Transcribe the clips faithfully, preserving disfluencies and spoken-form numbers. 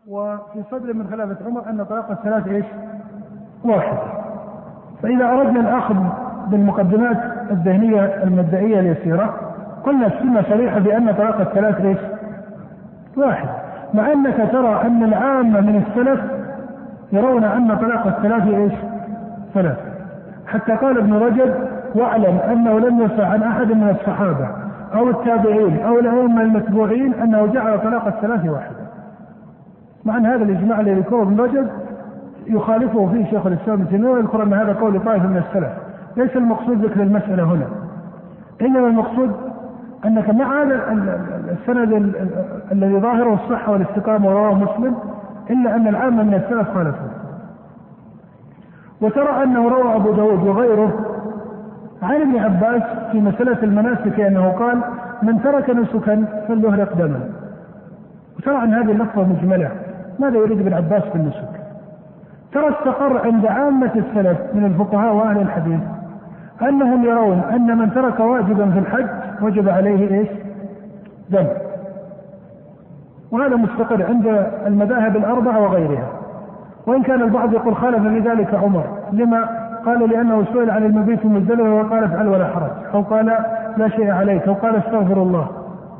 وفي صدر من خلافة عمر أن طلاق الثلاث إيش؟ واحد. فإذا أردنا الأخذ بالمقدمات الذهنية المبدئية اليسيرة قلنا السنة صريحة بأن طلاق الثلاث إيش؟ واحد، مع أنك ترى أن العامة من السلف يرون أن طلاق الثلاث إيش؟ ثلاث، حتى قال ابن رجب: واعلم أنه لم يصح عن أحد من الصحابة أو التابعين أو الأئمة المتبوعين أنه جعل طلاق الثلاث واحدا. مع أن هذا الإجماع الذي ذكره ابن رجب يخالفه فيه شيخ الإسلام ابن تيمية، ويذكر أن هذا قول طائفة من السلف. ليس المقصود ذكر المسألة هنا، إنما المقصود أنك مع هذا السند الذي ظاهره الصحة والاستقامة ورواه مسلم، إلا أن العامة من السلف خالفه. وترى أنه روى أبو داود وغيره عن ابن عباس في مسألة المناسك أنه قال: من ترك نسكا فليهرق دما. وترى أن هذه اللفظة مجملة، ماذا يريد ابن عباس بالنسك؟ ترى استقر عند عامة السلف من الفقهاء وأهل الحديث أنهم يرون أن من ترك واجبا في الحج وجب عليه إيش؟ دم. وهذا مستقر عند المذاهب الأربعة وغيرها، وإن كان البعض يقول خالف في ذلك عمر. لما؟ قال: لأنه سئل عن المبيت في مزدلفة وقال: افعل ولا حرج، أو قال: لا شيء عليك، أو قال: استغفر الله.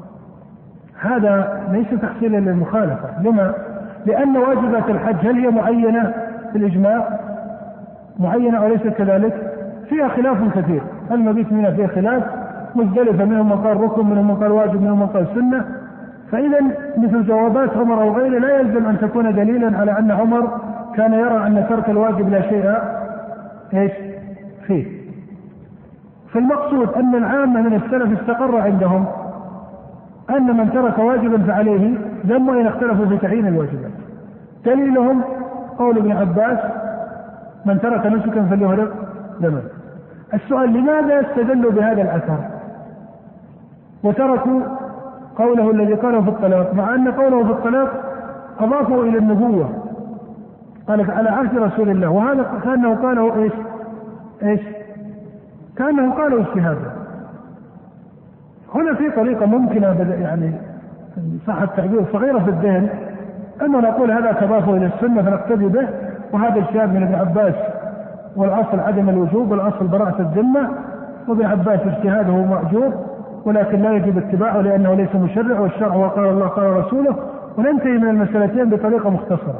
هذا ليس تحصيلا للمخالفة. لما؟ لأن واجبات الحج هل هي معينة في الإجماع؟ معينة أو ليس كذلك؟ فيها خلاف كثير. المبيت منها فيه خلاف، مزدلفة منهم من قال ركن، منهم من قال واجب، منهم من قال سنة. فإذا مثل جوابات عمر أو غيره لا يلزم أن تكون دليلا على أن عمر كان يرى أن ترك الواجب لا شيء إيش فيه. فالمقصود أن العامة من السلف استقر عندهم أن من ترك واجبا فعليه ذم، وإن اختلفوا في تعيين الواجبات. دليلهم قول ابن عباس: من ترك نسكا فليهرق دما. السؤال: لماذا استدلوا بهذا الأثر وتركوا قوله الذي قاله في الطلاق، مع أن قوله في الطلاق أضافه إلى النبوة، قال: على عهد رسول الله، وهذا كأنه قاله إيش؟ إيش؟ كأنه قاله اجتهادا. هنا في طريقة ممكنة يعني صح التعبير صغيرة في الذهن، أنه نقول هذا تضاف إلى السنة فنقتدي به، وهذا اجتهاد من ابن عباس، والأصل عدم الوجوب، والأصل براءة الذمة، وابن عباس اجتهاده مأجور ولكن لا يجب اتباعه لأنه ليس مشرع، والشرع وقال الله قال رسوله، وننتهي من المسألتين بطريقة مختصرة.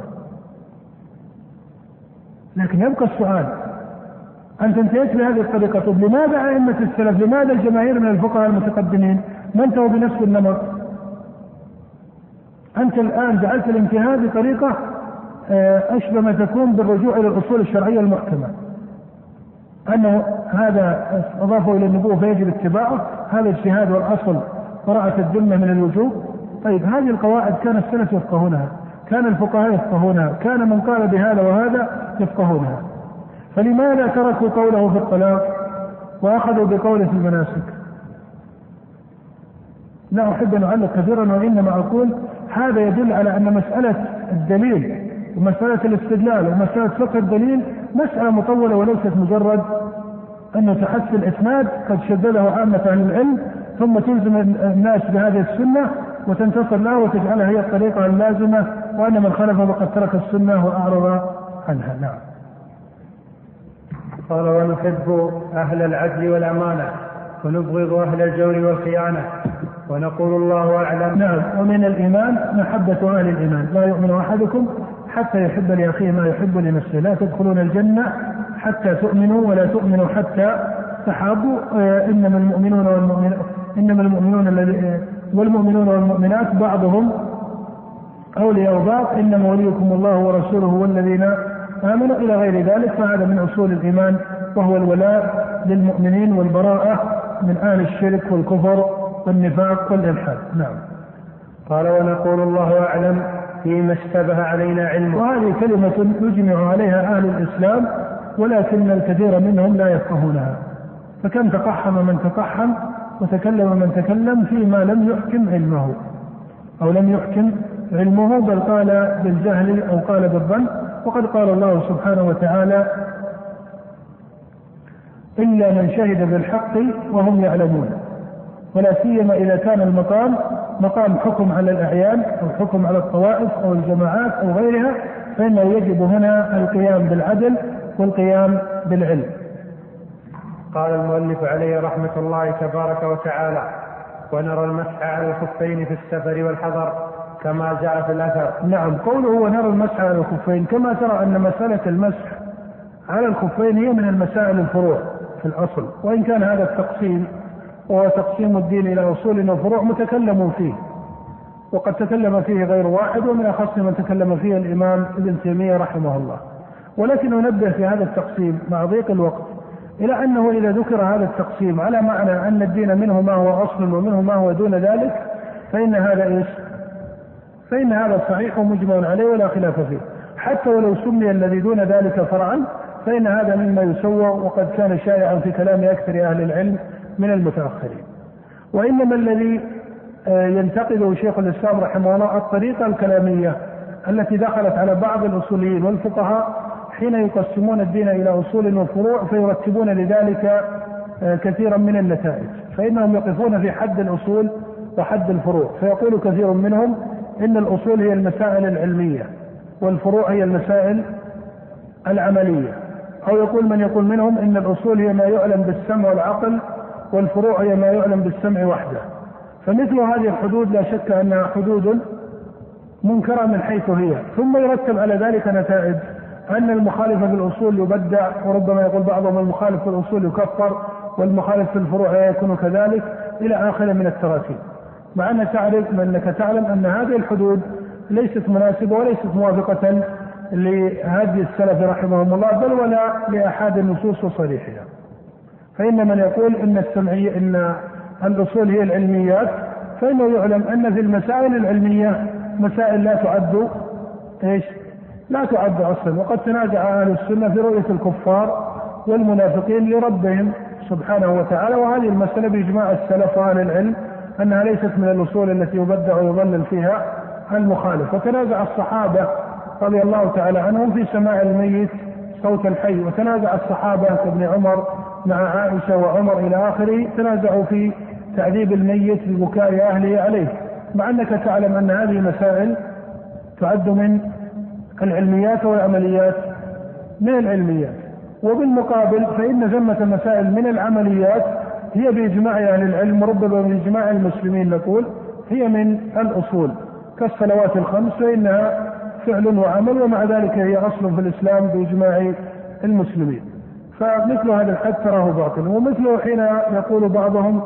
لكن يبقى السؤال: أنت انتهيت بهذه الطريقة، طب لماذا أئمة السلف، لماذا الجماهير من الفقهاء المتقدمين ما انتهوا بنفس النمط؟ أنت الآن جعلت الانتهاء بطريقة أشبه ما تكون بالرجوع إلى الأصول الشرعية المحكمة، أنه هذا أضافه إلى النبوة فيجب اتباعه، هذا اجتهاد والأصل براءة الذمة من الوجوب. طيب هذه القواعد كان السلف يفقهونها، كان الفقهاء يفقهونها، كان من قال بهذا وهذا يفقهونها، فلماذا تركوا قوله في الطلاق وأخذوا بقوله في المناسك؟ لا أحب أن أعلق كثيرا، وإنما أقول هذا يدل على أن مسألة الدليل ومسألة الاستدلال ومسألة فقه الدليل مسألة مطولة، وليست مجرد أن تحس الإسناد قد شدده عامة أهل العلم ثم تلزم الناس بهذه السنة وتنتصر لها وتجعلها هي الطريقة اللازمة، وأن من خالفه فقد ترك السنة وأعرض عنها. نعم. قال: ونحب أهل العدل والأمانة ونبغض أهل الجور والخيانة ونقول الله أعلم. نعم. ومن الإيمان محبة أهل الإيمان، لا يؤمن أحدكم حتى يحب لأخيه ما يحب لنفسه، لا تدخلون الجنة حتى تؤمنوا ولا تؤمنوا حتى تحابوا. إنما المؤمنون والمؤمنات إنما المؤمنون والمؤمنون والمؤمنات بعضهم أولياء بعض، إنما وليكم الله ورسوله والذين آمنوا إلى غير ذلك. فهذا من أصول الإيمان، وهو الولاء للمؤمنين والبراءة من أهل الشرك والكفر والنفاق والإلحاد. نعم. قال: ونقول الله أعلم فيما اشتبه علينا علمه. وهذه كلمة يجمع عليها أهل الإسلام، ولكن الكثير منهم لا يفقهونها، فكم تقحم من تقحم وتكلم من تكلم فيما لم يحكم علمه أو لم يحكم علمه، بل قال بالجهل أو قال بالظن. وقد قال الله سبحانه وتعالى: إلا من شهد بالحق وهم يعلمون، ولا سيما إذا كان المقام مقام حكم على الأعيان أو حكم على الطوائف أو الجماعات أو غيرها، فإنه يجب هنا القيام بالعدل والقيام بالعلم. قال المؤلف عليه رحمة الله تبارك وتعالى: ونرى المسح على الخفين في السفر والحضر كما جاء في الأثر. نعم، قوله ونرى المسح على الخفين، كما ترى أن مسألة المسح على الخفين هي من المسائل الفروع في الأصل، وإن كان هذا التقسيم وهو تقسيم الدين إلى أصول وفروع متكلم فيه، وقد تكلم فيه غير واحد، ومن أخص من تكلم فيه الإمام ابن تيمية رحمه الله. ولكن ننبه في هذا التقسيم مع ضيق الوقت إلى أنه إذا ذكر هذا التقسيم على معنى أن الدين منه ما هو أصل ومنه ما هو دون ذلك، فإن هذا إيش؟ فإن هذا صحيح ومجمع عليه ولا خلاف فيه، حتى ولو سمي الذي دون ذلك فرعا فإن هذا مما يسوى، وقد كان شائعا في كلام أكثر أهل العلم من المتأخرين. وإنما الذي ينتقده شيخ الإسلام رحمه الله الطريقة الكلامية التي دخلت على بعض الأصوليين والفقهاء حين يقسمون الدين إلى أصول وفروع فيرتبون لذلك كثيرا من النتائج، فإنهم يقفون في حد الأصول وحد الفروع، فيقول كثير منهم إن الأصول هي المسائل العلمية والفروع هي المسائل العملية، أو يقول من يقول منهم إن الأصول هي ما يعلم بالسمع والعقل والفروع هي ما يعلم بالسمع وحده. فمثل هذه الحدود لا شك أنها حدود منكرة من حيث هي، ثم يرتب على ذلك نتائج أن المخالف في الأصول يبدع، وربما يقول بعضهم المخالف في الأصول يكفر والمخالف في الفروع لا يكون كذلك إلى آخر من التراتيب، مع أن تعرف أنك تعلم أن هذه الحدود ليست مناسبة وليست موافقة لهدي السلف رحمهم الله، بل ولا لأحد النصوص وصريحها. فإن من يقول إن السمعية إن الأصول هي العلميات، فإنه يعلم أن في المسائل العلمية مسائل لا تعد إيش؟ لا تعد أصلا، وقد تنازع أهل السنة في رؤية الكفار والمنافقين لربهم سبحانه وتعالى، وهذه المسألة بإجماع السلف وأهل العلم أنها ليست من الأصول التي يبدع ويضلل فيها المخالف. وتنازع الصحابة رضي الله تعالى عنهم في سماع الميت صوت الحي، وتنازع الصحابة كابن عمر مع عائشة وعمر إلى آخره تنازعوا في تعذيب الميت ببكاء أهله عليه، مع أنك تعلم أن هذه مسائل تعد من العلميات والعمليات من العلميات. وبالمقابل فإن ثمة مسائل من العمليات هي بإجماع أهل العلم، وربما بإجماع المسلمين نقول هي من الأصول كالصلوات الخمس، فإنها فعل وعمل، ومع ذلك هي أصل في الإسلام بإجماع المسلمين. فمثل هذا الحد تراه باطل. ومثله حين يقول بعضهم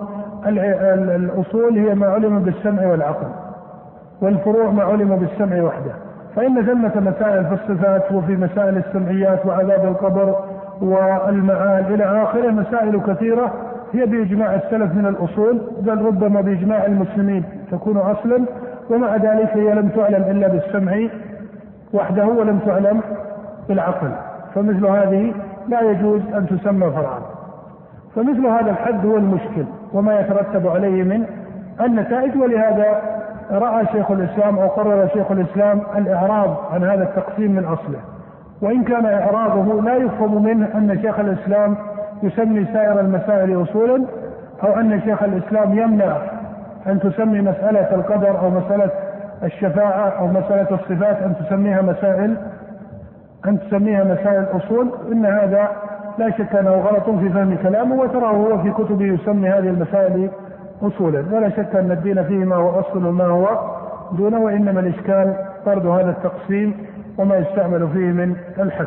الأصول هي ما علم بالسمع والعقل والفروع ما علم بالسمع وحده، فإن ثمة مسائل في الصفات وفي مسائل السمعيات وعذاب القبر والمعاد إلى آخره مسائل كثيرة هي بإجماع السلف من الأصول، بل ربما بإجماع المسلمين تكون أصلا، ومع ذلك هي لم تعلم إلا بالسمع وحده ولم تعلم بالعقل، فمثل هذه لا يجوز أن تسمى فرعا. فمثل هذا الحد هو المشكل وما يترتب عليه من النتائج. ولهذا رأى شيخ الإسلام أو قرر شيخ الإسلام الإعراض عن هذا التقسيم من أصله، وإن كان إعراضه لا يفهم منه أن شيخ الإسلام يسمي سائر المسائل أصولا، أو أن شيخ الإسلام يمنع أن تسمي مسألة القدر أو مسألة الشفاعة أو مسألة الصفات أن تسميها مسائل أن تسميها مسائل أصول. إن هذا لا شك أنه غلط في فهم كلامه، وتراه هو في كتبه يسمي هذه المسائل أصولا، ولا شك أن الدين فيه ما هو أصل وما هو دونه، وإنما الإشكال طرد هذا التقسيم وما يستعمل فيه من الحد.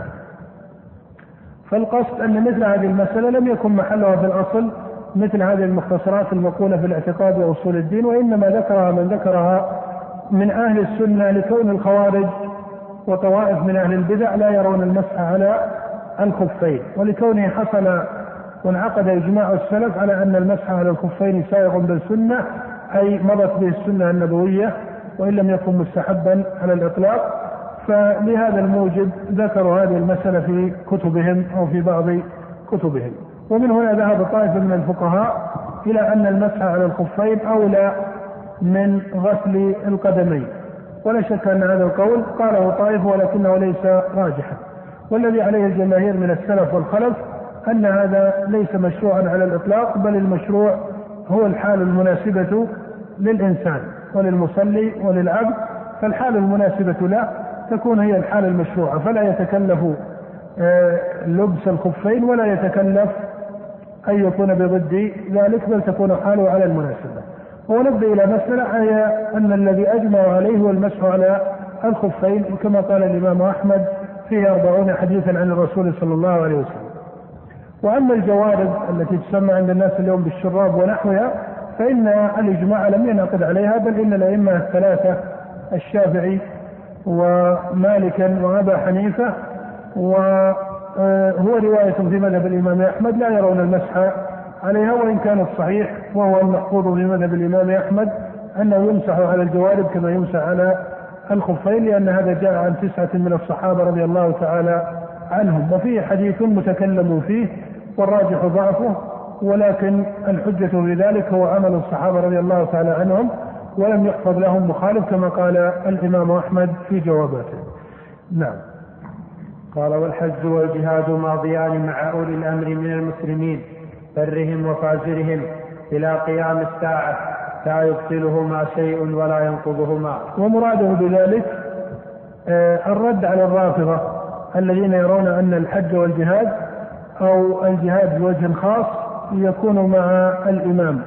فالقصد أن مثل هذه المسألة لم يكن محلها في الأصل مثل هذه المختصرات المقولة في الاعتقاد وأصول الدين، وإنما ذكرها من ذكرها من أهل السنة لكون الخوارج وطوائف من أهل البدع لا يرون المسح على الخفين، ولكونه حصل وانعقد إجماع السلف على أن المسح على الخفين سائغ بالسنة، أي مضت به السنة النبوية وإن لم يكن مستحبا على الإطلاق. فلهذا الموجب ذكروا هذه المسألة في كتبهم أو في بعض كتبهم. ومن هنا ذهب طائفة من الفقهاء إلى أن المسح على الخفين أولى من غسل القدمين، ولا شك أن هذا القول قاله طائفة ولكنه ليس راجحا، والذي عليه الجماهير من السلف والخلف أن هذا ليس مشروعا على الإطلاق، بل المشروع هو الحال المناسبة للإنسان. وللمصلي وللعبد، فالحال المناسبة له تكون هي الحال المشروعة، فلا يتكلف لبس الخفين ولا يتكلف أن يكون بضد ذلك، بل تكون حاله على المناسبة. ونبدأ إلى مسألة هي أن الذي أجمع عليه هو المسح على الخفين، كما قال الإمام أحمد فيه أربعون حديثا عن الرسول صلى الله عليه وسلم. وأما الجوارب التي تسمى عند الناس اليوم بالشراب ونحوها فإن الإجماع لم ينعقد عليها، بل إن الأئمة الثلاثة الشافعي ومالكا وأبا حنيفة وهو رواية في مذهب الإمام أحمد لا يرون المسح عليها، وإن كان الصحيح وهو المحفوظ في مذهب الإمام أحمد أنه يمسح على الجوارب كما يمسح على الخفين، لأن هذا جاء عن تسعة من الصحابة رضي الله تعالى عنهم. وفيه حديث متكلم فيه والراجح ضعفه، ولكن الحجة في ذلك هو عمل الصحابة رضي الله تعالى عنهم، ولم يحفظ لهم مخالف كما قال الإمام أحمد في جواباته. نعم. قال: والحج والجهاد ماضيان مع أولي الأمر من المسلمين برهم وفاجرهم إلى قيام الساعة، لا يبطلهما شيء ولا ينقضهما. ومراده بذلك الرد على الرافضة الذين يرون أن الحج والجهاد أو الجهاد بوجه خاص يكون مع الإمام،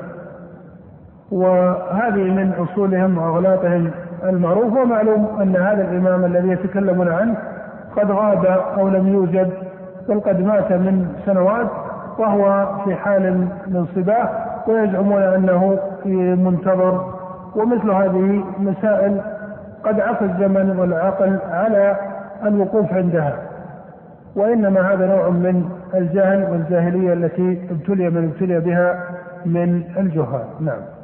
وهذه من أصولهم وأغلاطهم المعروف. ومعلوم أن هذا الإمام الذي يتكلمون عنه قد غاب أو لم يوجد، بل قد مات من سنوات وهو في حال من صباه، ويزعمون أنه منتظر. ومثل هذه مسائل قد عفى الزمن والعقل على الوقوف عندها، وإنما هذا نوع من الجهل والجاهلية التي ابتلي من ابتلي بها من الجهال. نعم.